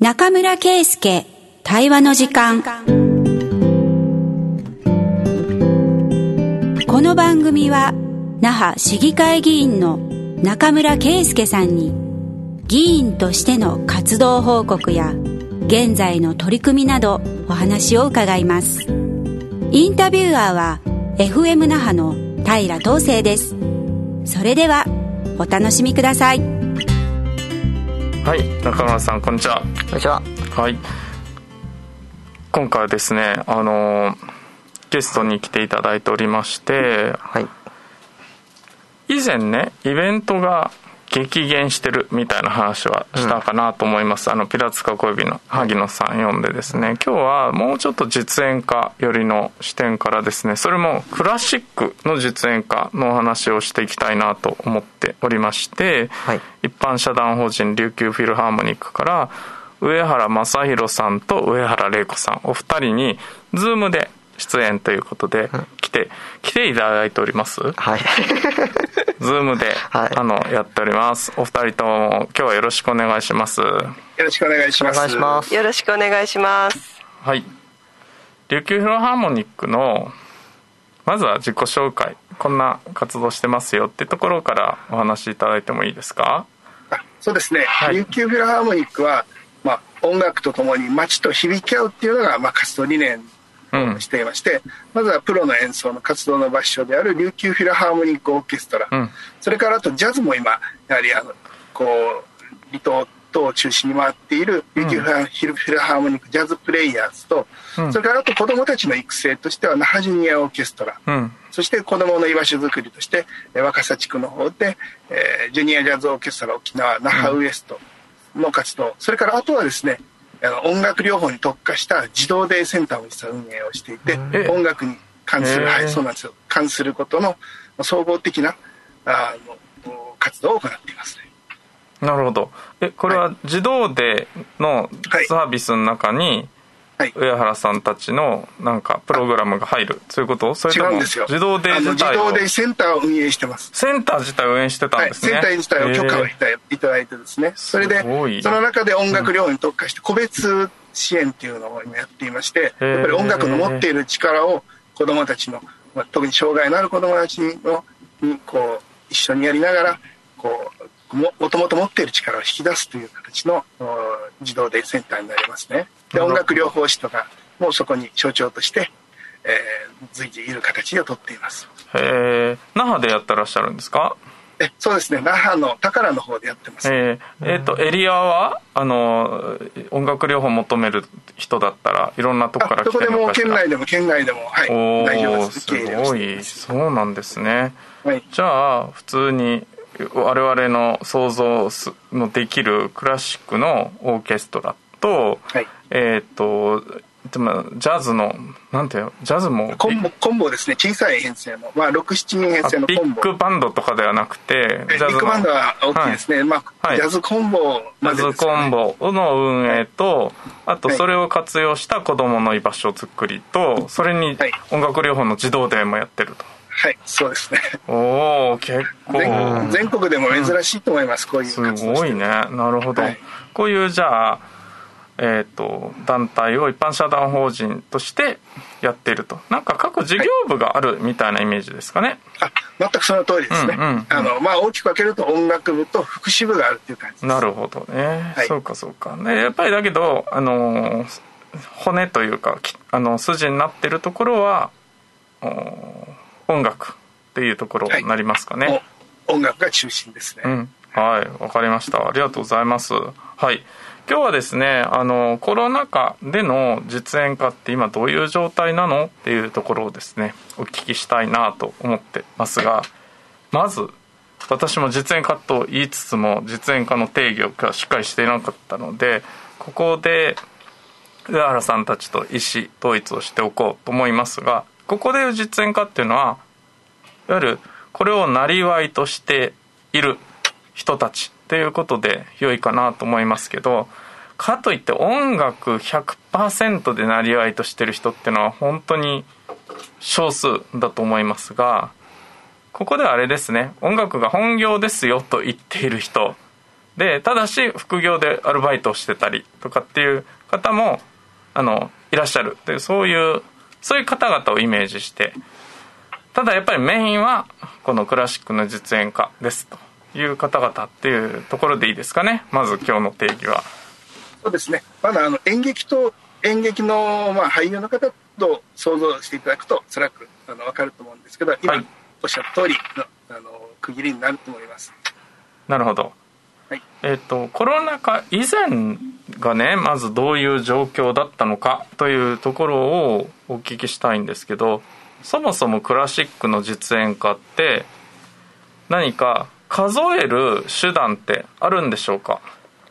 中村圭介対話の時間。この番組は那覇市議会議員の中村圭介さんに議員としての活動報告や現在の取り組みなどお話を伺います。インタビュアーは FM 那覇の平東成です。それではお楽しみください。 はい、中村さんこんにちは。 こんにちは。 はい、今回はですねゲストに来ていただいておりまして、 はい、 以前ねイベントが激減してるみたいな話はしたかなと思います、ピラツカ小指の萩野さん読んでですね、今日はもうちょっと実演家よりの視点からですね、それもクラシックの実演家のお話をしていきたいなと思っておりまして、 はい、 一般社団法人琉球フィルハーモニックから上原正弘さんと上原玲子さんお二人にズームで出演ということで来ていただいております。 はいズームで、 はい、 やっております。お二人とも今日はよろしくお願いします。よろしくお願いします。 よろしくお願いします。 はい、琉球フィルハーモニックのまずは自己紹介、こんな活動してますよってところからお話しいただいてもいいですか？ そうですね、 はい、 琉球フィルハーモニックは、音楽とともに街と響き合うっていうのが、活動理念をしていまして、まずはプロの演奏の活動の場所である琉球フィルハーモニックオーケストラ、それからあとジャズも今やはり離島等を中心に回っている琉球フィルハーモニックジャズプレイヤーズと、それからあと子どもたちの育成としては那覇ジュニアオーケストラ、そして子どもの居場所づくりとして若狭地区の方で、ジュニアジャズオーケストラ沖縄那覇ウエストの活動、それからあとはですね音楽療法に特化した児童デイセンターを実は運営をしていて、音楽に関する、そうなんですよ、関することの総合的な活動を行っていますね。 なるほど。これは児童デイのサービスの中に、上原さんたちのなんかプログラムが入る、そういうこと？それとも違うんですよ。 児童デイ自体を児童デイセンターを運営してます。 センター自体を運営してたんですね。 センター自体を許可をいただいてですね、それでその中で音楽療法に特化して個別支援っていうのを今やっていまして、やっぱり音楽の持っている力を子どもたちの、特に障害のある子どもたちに一緒にやりながらもともと持っている力を引き出すという形の児童デイセンターになりますね。で音楽療法士とかもそこに象徴として、随時いる形をとっています。 那覇でやってらっしゃるんですか？ そうですね、那覇の宝の方でやってます。 エリアは音楽療法を求める人だったらいろんなとこから来てるのかしら？ どこでも県外でも、大丈夫です。 すごい、そうなんですね。 はい、 じゃあ普通に我々の想像のできるクラシックのオーケストラと、でもジャズのなんていうの、ジャズもコンボですね、小さい編成の、6、7人編成のコンボ。 ビッグバンドとかではなくて、 ビッグバンドは大きいですね。ジャズコンボまでですね。 ジャズコンボの運営と、あとそれを活用した子どもの居場所づくりと、それに音楽療法の児童デイもやってると。 はい、そうですね。 結構全国でも珍しいと思います、こういう活動してる。 すごいね。なるほど。こういうじゃあ団体を一般社団法人としてやっていると、なんか各事業部があるみたいなイメージですかね？ 全くその通りですね。大きく分けると音楽部と福祉部があるっていう感じです。なるほどね、そうかね。やっぱりだけど骨というか筋になってるところは音楽っていうところになりますかね？ 音楽が中心ですね。 はい、わかりました。ありがとうございます。はい、今日はですねコロナ禍での実演家って今どういう状態なのっていうところをですねお聞きしたいなと思ってますが、まず私も実演家と言いつつも実演家の定義がしっかりしていなかったので、ここで上原さんたちと意思統一をしておこうと思いますが、ここでいう実演家っていうのはいわゆるこれを生業としている人たちということで良いかなと思いますけど、かといって音楽 100% で生業としてる人っていうのは本当に少数だと思いますが、ここではあれですね、音楽が本業ですよと言っている人でただし副業でアルバイトをしてたりとかっていう方もいらっしゃるというそういう方々をイメージして、ただやっぱりメインはこのクラシックの実演家ですという方々っていうところでいいですかね。まず今日の定義は。 そうですね、まだ演劇の俳優の方と想像していただくとおそらく分かると思うんですけど、今おっしゃった通りの区切りになると思います。 なるほど、はい。コロナ禍以前がね、まずどういう状況だったのかというところをお聞きしたいんですけど、そもそもクラシックの実演家って何か数える手段ってあるんでしょうか？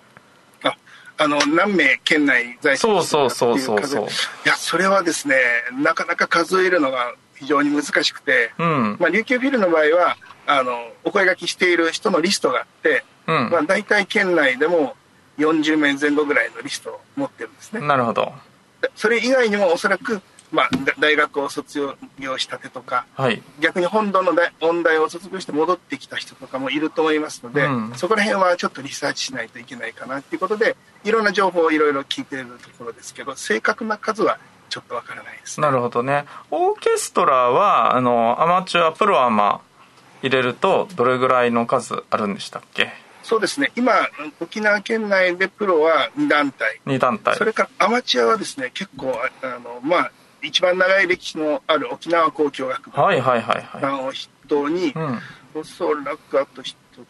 何名県内在籍してるかっていう数、いやそれはですね、なかなか数えるのが非常に難しくて、琉球フィルの場合はお声掛けしている人のリストがあって、大体県内でも40名前後ぐらいのリストを持ってるんですね。 なるほど。 それ以外にもおそらく、大学を卒業したてとか、逆に本土の音大を卒業して戻ってきた人とかもいると思いますので、そこら辺はちょっとリサーチしないといけないかなっていうことで、いろんな情報をいろいろ聞いているところですけど、正確な数はちょっとわからないですね。 なるほどね。オーケストラはアマチュアプロアマ入れるとどれぐらいの数あるんでしたっけ？ そうですね、今沖縄県内でプロは2団体、それからアマチュアはですね、結構一番長い歴史のある沖縄交響楽部を筆頭に、おそらくあと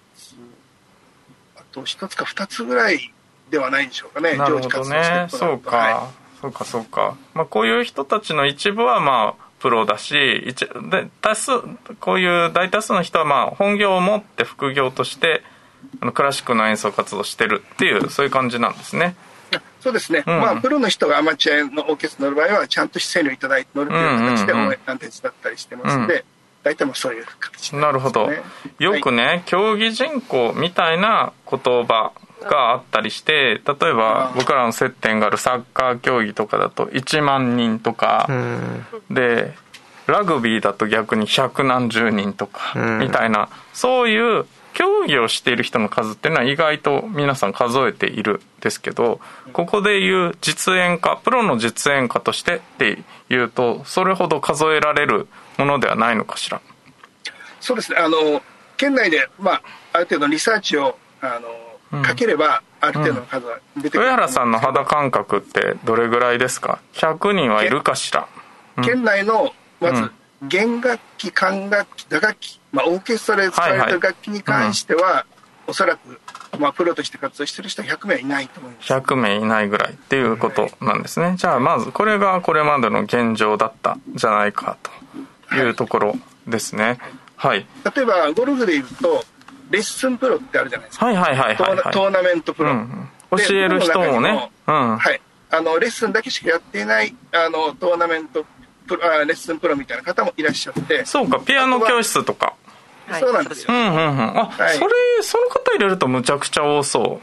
一つか二つぐらいではないんでしょうかね。 なるほどね。そうか。こういう人たちの一部はプロだし、こういう大多数の人は本業を持って副業としてクラシックの演奏活動してるっていうそういう感じなんですね。 そうですね、プロの人がアマチュアのオーケストラの場合はちゃんと出演料いただいて乗るという形で応援団手伝ったりしてますので、大体そういう形になりますね。 なるほど。よくね、競技人口みたいな言葉があったりして、例えば僕らの接点があるサッカー競技とかだと1万人とかで、ラグビーだと逆に百何十人とかみたいな、そういう競技をしている人の数っていうのは意外と皆さん数えているんですけど、ここでいう実演家、プロの実演家としてっていうとそれほど数えられるものではないのかしら。 そうですね、県内で、ある程度リサーチをかければある程度の数は出てくる。 上原さんの肌感覚ってどれぐらいですか？100人はいるかしら。 県内のまず弦楽器、管楽器、打楽器、オーケストラで使われている楽器に関しては、おそらく、プロとして活動している人は100名いないと思います。 100名いないぐらいっていうことなんですね。じゃあまずこれがこれまでの現状だったんじゃないかというところですね。例えばゴルフでいうとレッスンプロってあるじゃないですか。トーナメントプロ、 教える人もね、 レッスンだけしかやっていないトーナメントレッスンプロみたいな方もいらっしゃって。 そうか、ピアノ教室とか。 そうなんですよ。 その方入れるとむちゃくちゃ多そう。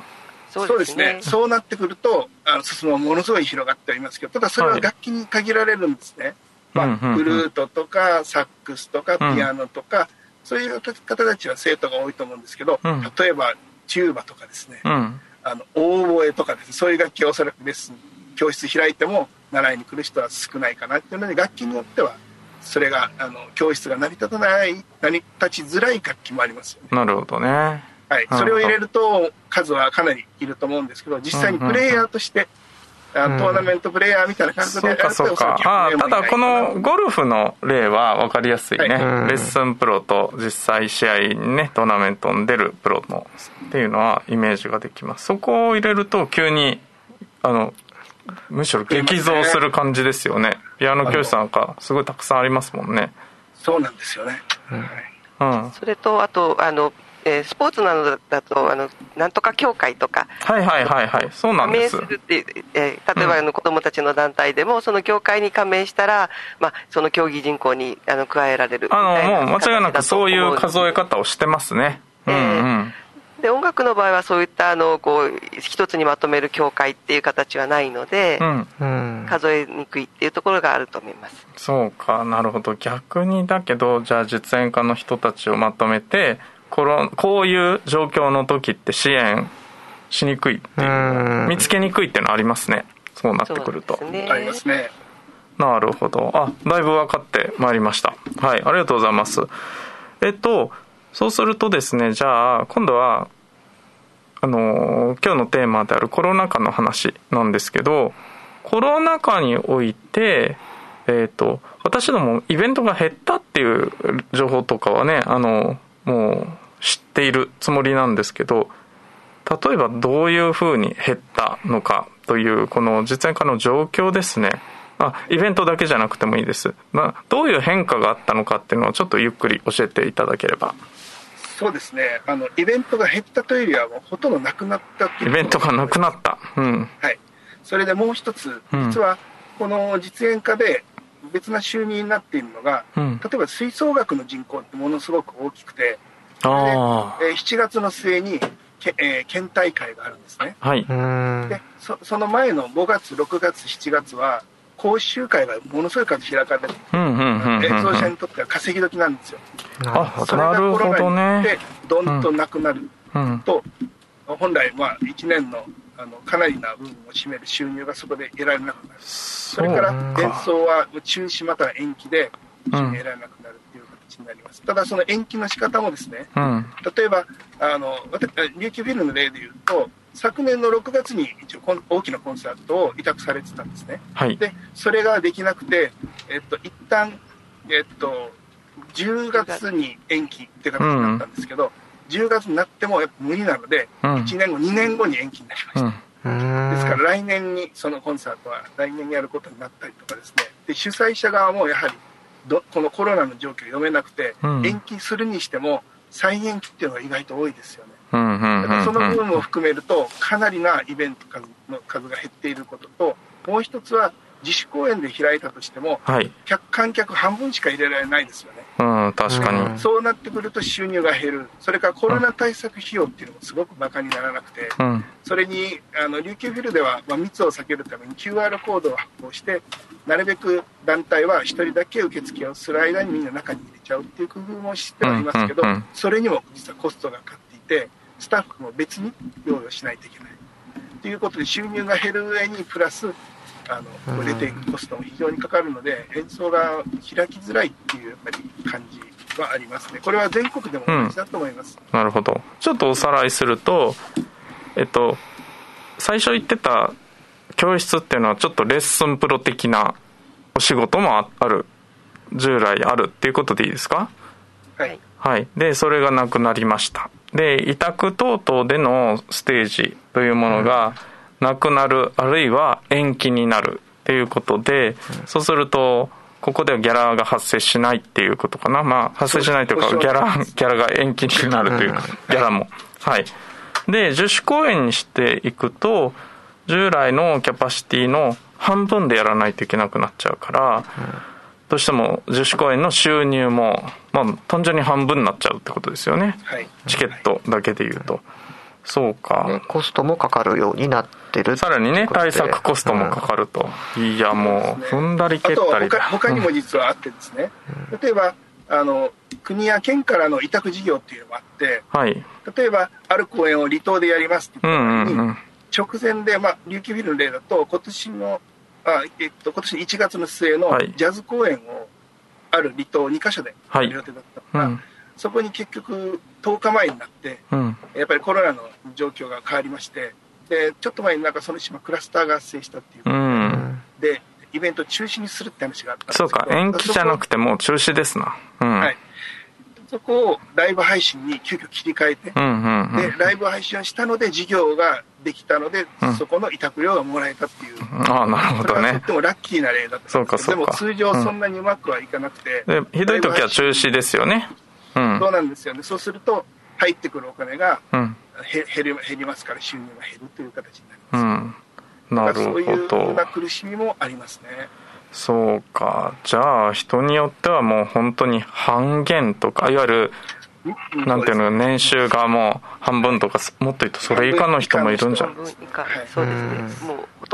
そうですね。そうなってくると裾野ものすごい広がっておりますけど、ただそれは楽器に限られるんですね。フルートとかサックスとかピアノとか、そういう方たちは生徒が多いと思うんですけど、例えばチューバとかですね、オーボエとかですね、そういう楽器はおそらくレッスン教室開いても習いに来る人は少ないかなっていうので、楽器によってはそれが教室が成り立ちづらい楽器もありますよね。 なるほどね。 それを入れると数はかなりいると思うんですけど、実際にプレイヤーとしてトーナメントプレイヤーみたいな感じでやると、 そうか。ただこのゴルフの例は分かりやすいね。レッスンプロと実際試合にね、トーナメントに出るプロのっていうのはイメージができます。そこを入れると急にむしろ激増する感じですよね。ピアノ教室なんかすごいたくさんありますもんね。 そうなんですよね。 それとあとスポーツなどだとなんとか協会とかそうなんです。 加盟するって例えば子どもたちの団体でもその協会に加盟したら、その競技人口に加えられるみたいな、 もう間違いなくそういう数え方をしてますね。 で音楽の場合はそういった一つにまとめる協会っていう形はないので、数えにくいっていうところがあると思います。 そうか、なるほど。逆にだけどじゃあ実演家の人たちをまとめてこういう状況の時って支援しにくいっていう、見つけにくいっていうのはありますね。そうなってくると。 ありますね。 なるほど。だいぶ分かってまいりました。はい、ありがとうございます。そうするとですね、じゃあ今度は今日のテーマであるコロナ禍の話なんですけど、コロナ禍において私どもイベントが減ったっていう情報とかはね、もう知っているつもりなんですけど、例えばどういうふうに減ったのかというこの実演化の状況ですね。イベントだけじゃなくてもいいです。どういう変化があったのかっていうのをちょっとゆっくり教えていただければ。 そうですね。イベントが減ったというよりはもうほとんどなくなったっていう。 イベントがなくなった。 はい。それでもう一つ、実はこの実演化で別な収入になっているのが、例えば吹奏楽の人口ってものすごく大きくて、7月の末に県大会があるんですね。 はい。 でその前の5月、6月、7月は講習会がものすごい数開かれて、演奏者にとっては稼ぎ時なんですよ。それがコロナになってどんとなくなると、本来1年のかなりな部分を占める収入がそこで得られなくなる。それから演奏は中止または延期で収入得られなくなるっていう形になります。ただその延期の仕方もですね、例えば琉球フィルの例でいうと、昨年の6月に一応大きなコンサートを委託されてたんですね。 はい、 でそれができなくて、一旦10月に延期って形になったんですけど、10月になってもやっぱ無理なので、1年後2年後に延期になりました。ですから来年にそのコンサートは来年にやることになったりとかですね。で主催者側もやはりこのコロナの状況を読めなくて、延期するにしても再延期っていうのが意外と多いですよね。だからその部分を含めるとかなりなイベントの数が減っていることと、もう一つは自主公演で開いたとしても、観客半分しか入れられないですよね。 確かに。 そうなってくると収入が減る。それからコロナ対策費用っていうのもすごくバカにならなくて、それに琉球フィルでは、密を避けるために QR コードを発行して、なるべく団体は1人だけ受付をする間にみんな中に入れちゃうっていう工夫もしてはいますけど、それにも実はコストがかかっていて、スタッフも別に用意をしないといけないということで、収入が減る上にプラス出ていくコストも非常にかかるので、演奏が開きづらいっていうやっぱり感じはありますね。これは全国でも同じだと思います。 なるほど。ちょっとおさらいすると、最初言ってた教室っていうのはちょっとレッスンプロ的なお仕事もある、従来あるっていうことでいいですか？ はい。 はい。でそれがなくなりました。で委託等々でのステージというものがなくなる、あるいは延期になるっていうことで、そうするとここではギャラが発生しないっていうことかな。発生しないというか、ギャラが延期になるというか、ギャラも。はい。で自主公演にしていくと、従来のキャパシティの半分でやらないといけなくなっちゃうから、どうしても自主公演の収入も、単純に半分になっちゃうってことですよね。チケットだけでいうと。そうか。 コストもかかるようになってる。 さらにね、対策コストもかかると。いや、もう踏んだり蹴ったり。 あと他にも実はあってですね。例えば国や県からの委託事業っていうのもあって、例えばある公演を離島でやりますって言った時に、直前で、琉球フィルの例だと今年の1月の末のジャズ公演をある離島2カ所でやる予定だったのが、そこに結局10日前になって、やっぱりコロナの状況が変わりまして、でちょっと前にその島クラスターが発生したっていうことで、イベント中止にするって話があったんですけど、 そうか、延期じゃなくてもう中止ですな。 そこをライブ配信に急遽切り替えて、でライブ配信をしたので事業ができたので、そこの委託料がもらえたっていう、 なるほどね。 とってもラッキーな例だったんですけど、でも通常そんなにうまくはいかなくて、 でひどい時は中止ですよね。 そうなんですよね。そうすると入ってくるお金が減りますから、収入が減るという形になります。 なるほど。 そういうふうな苦しみもありますね。 そうか。じゃあ人によってはもう本当に半減とか、いわゆるなんていうの、年収がもう半分とか、もっと言うとそれ以下の人もいるんじゃないですか。 そうですね。もうほと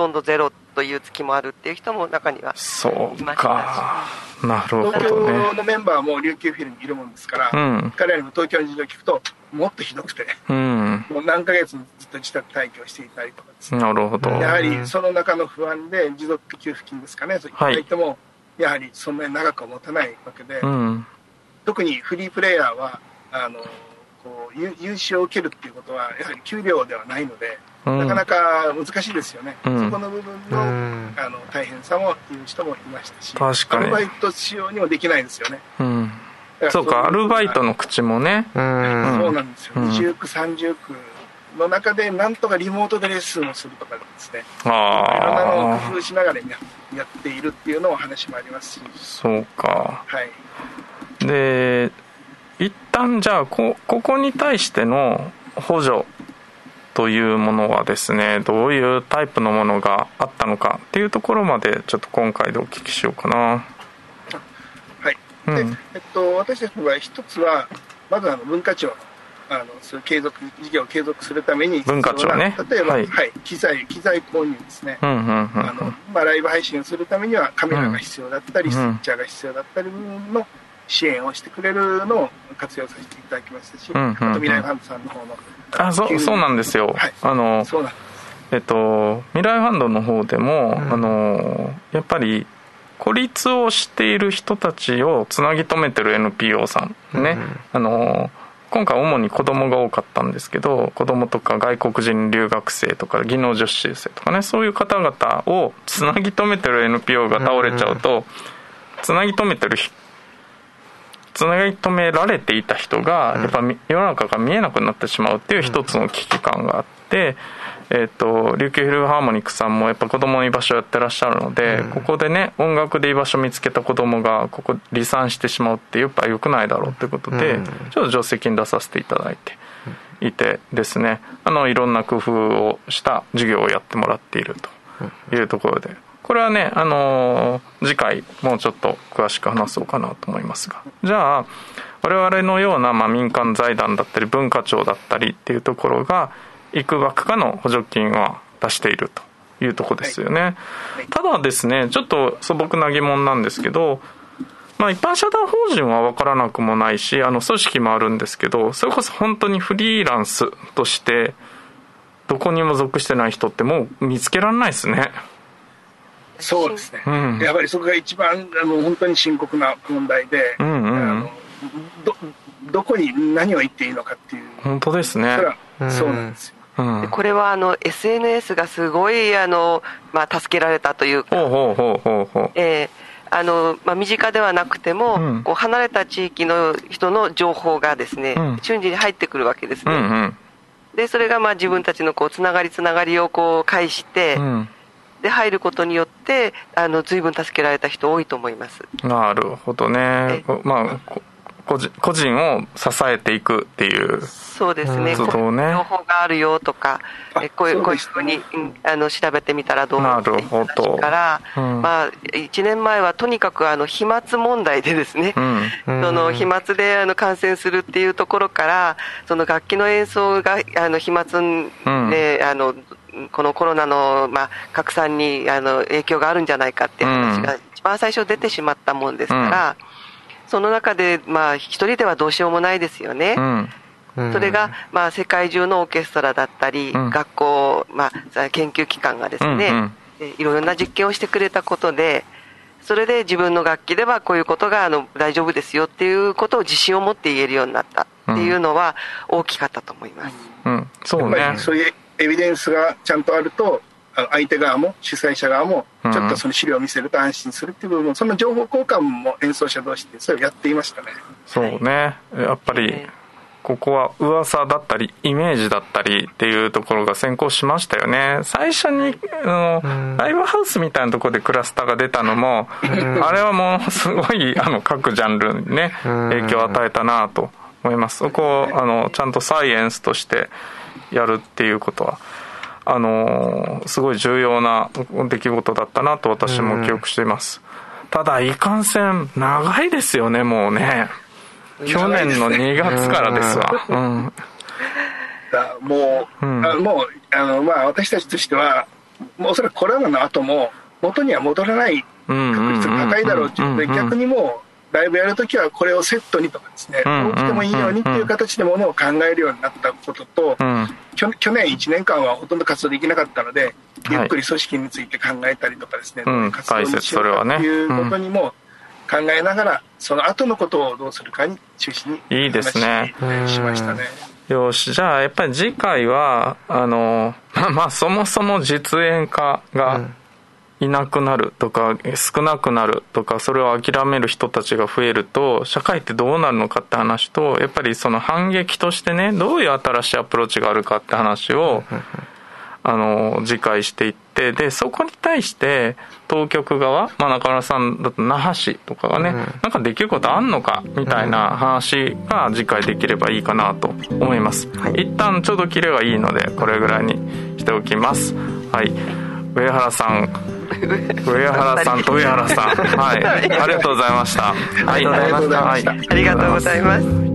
とんどゼロという月もあるっていう人も中にはそうか、なるほどね。 東京のメンバーも琉球フィルにいるもんですから、彼らにも東京の事情を聞くともっとひどくて、もう何ヶ月もずっと自宅待機をしていたりとかですね。 なるほど。 やはりその中の不安で持続給付金ですかね、そういった言っても、やはりそんなに長くは持たないわけで、特にフリープレイヤーはこう融資を受けるっていうことはやはり給料ではないので、なかなか難しいですよね。そこの部分の大変さも言う人もいましたし、 確かにアルバイト仕様にもできないんですよね。 そうか、アルバイトの口もね、 そうなんですよ。20区30区の中でなんとかリモートでレッスンをするとかですね、いろんなのを工夫しながらやっているっていうのお話もありますし。 そうか、で一旦じゃあここに対しての補助というものはですね、どういうタイプのものがあったのかっていうところまでちょっと今回でお聞きしようかな。 で私たちの場合一つはまず文化庁のそういう継続事業を継続するために文化庁ね、 例えば、機材購入ですね。ライブ配信をするためにはカメラが必要だったり、スイッチャーが必要だったりの支援をしてくれるのを活用させていただきましたし、あと未来ファンドさんの方のそうなんですよ。 そうなんです。 未来ファンドの方でも、やっぱり孤立をしている人たちをつなぎ止めてる NPO さんね、今回主に子供が多かったんですけど、子供とか外国人留学生とか技能実習生とかね、そういう方々をつなぎ止めてる NPO が倒れちゃうと、つなぎ止められていた人がやっぱ世の中が見えなくなってしまうっていう一つの危機感があって、琉球フィルハーモニックさんもやっぱ子供の居場所をやってらっしゃるので、ここでね音楽で居場所を見つけた子供がここ離散してしまうってやっぱ良くないだろうってことで、ちょっと助成金出させていただいていてですね、いろんな工夫をした授業をやってもらっているというところで、これはね次回もうちょっと詳しく話そうかなと思いますが、じゃあ我々のような民間財団だったり文化庁だったりっていうところがいくばくかの補助金は出しているというところですよね。ただですね、ちょっと素朴な疑問なんですけど、一般社団法人は分からなくもないし組織もあるんですけど、それこそ本当にフリーランスとしてどこにも属してない人ってもう見つけられないですね。 そうですね、やっぱりそこが一番本当に深刻な問題で、どこに何を言っていいのかっていう。 本当ですね。 そうなんですよ。 これはSNS がすごい助けられたというか、身近ではなくても、こう離れた地域の人の情報がですね、瞬時に入ってくるわけですね。でそれが自分たちのつながりを介して、で入ることによって随分助けられた人多いと思います。 なるほどね。個人を支えていくっていうそうですね。こういう情報があるよとか、こういうふうに調べてみたらどうっていう話から、1年前はとにかく飛沫問題でですね、その飛沫で感染するっていうところから、その楽器の演奏が飛沫でこのコロナの拡散に影響があるんじゃないかっていう話が一番最初出てしまったもんですから、その中で一人ではどうしようもないですよね。それが世界中のオーケストラだったり、学校、研究機関がですね、いろいろな実験をしてくれたことで、それで自分の楽器ではこういうことが大丈夫ですよっていうことを自信を持って言えるようになったっていうのは大きかったと思います。 そうね。そういうエビデンスがちゃんとあると、相手側も主催者側もちょっとその資料を見せると安心するっていう部分、その情報交換も演奏者同士でそれをやっていましたね。 そうね。やっぱりここは噂だったりイメージだったりっていうところが先行しましたよね。最初にライブハウスみたいなところでクラスターが出たのもあれはもうすごい各ジャンルにね影響を与えたなと思います。そこをちゃんとサイエンスとしてやるっていうことはすごい重要な出来事だったなと私も記憶しています。ただいかんせん長いですよね。もうね去年の2月からですわ。 もう私たちとしてはおそらくコロナの後も元には戻らない確率が高いだろうっていうので、逆にもうライブやるときはこれをセットにとかですね、どう来てもいいようにっていう形でものを考えるようになったことと、去年1年間はほとんど活動できなかったので、ゆっくり組織について考えたりとかですね、活動にしようかっていうことにも考えながら、その後のことをどうするかに中心に話しましたね。 よし、じゃあやっぱり次回はそもそも実演家がいなくなるとか少なくなるとか、それを諦める人たちが増えると社会ってどうなるのかって話と、やっぱりその反撃としてね、どういう新しいアプローチがあるかって話を次回していって、でそこに対して当局側、中村さんだと那覇市とかがね、なんかできることあんのかみたいな話が次回できればいいかなと思います。一旦ちょうどキレがいいのでこれぐらいにしておきます。はい、上原さんと上原さん、はい、ありがとうございました。 ありがとうございました。ありがとうございます。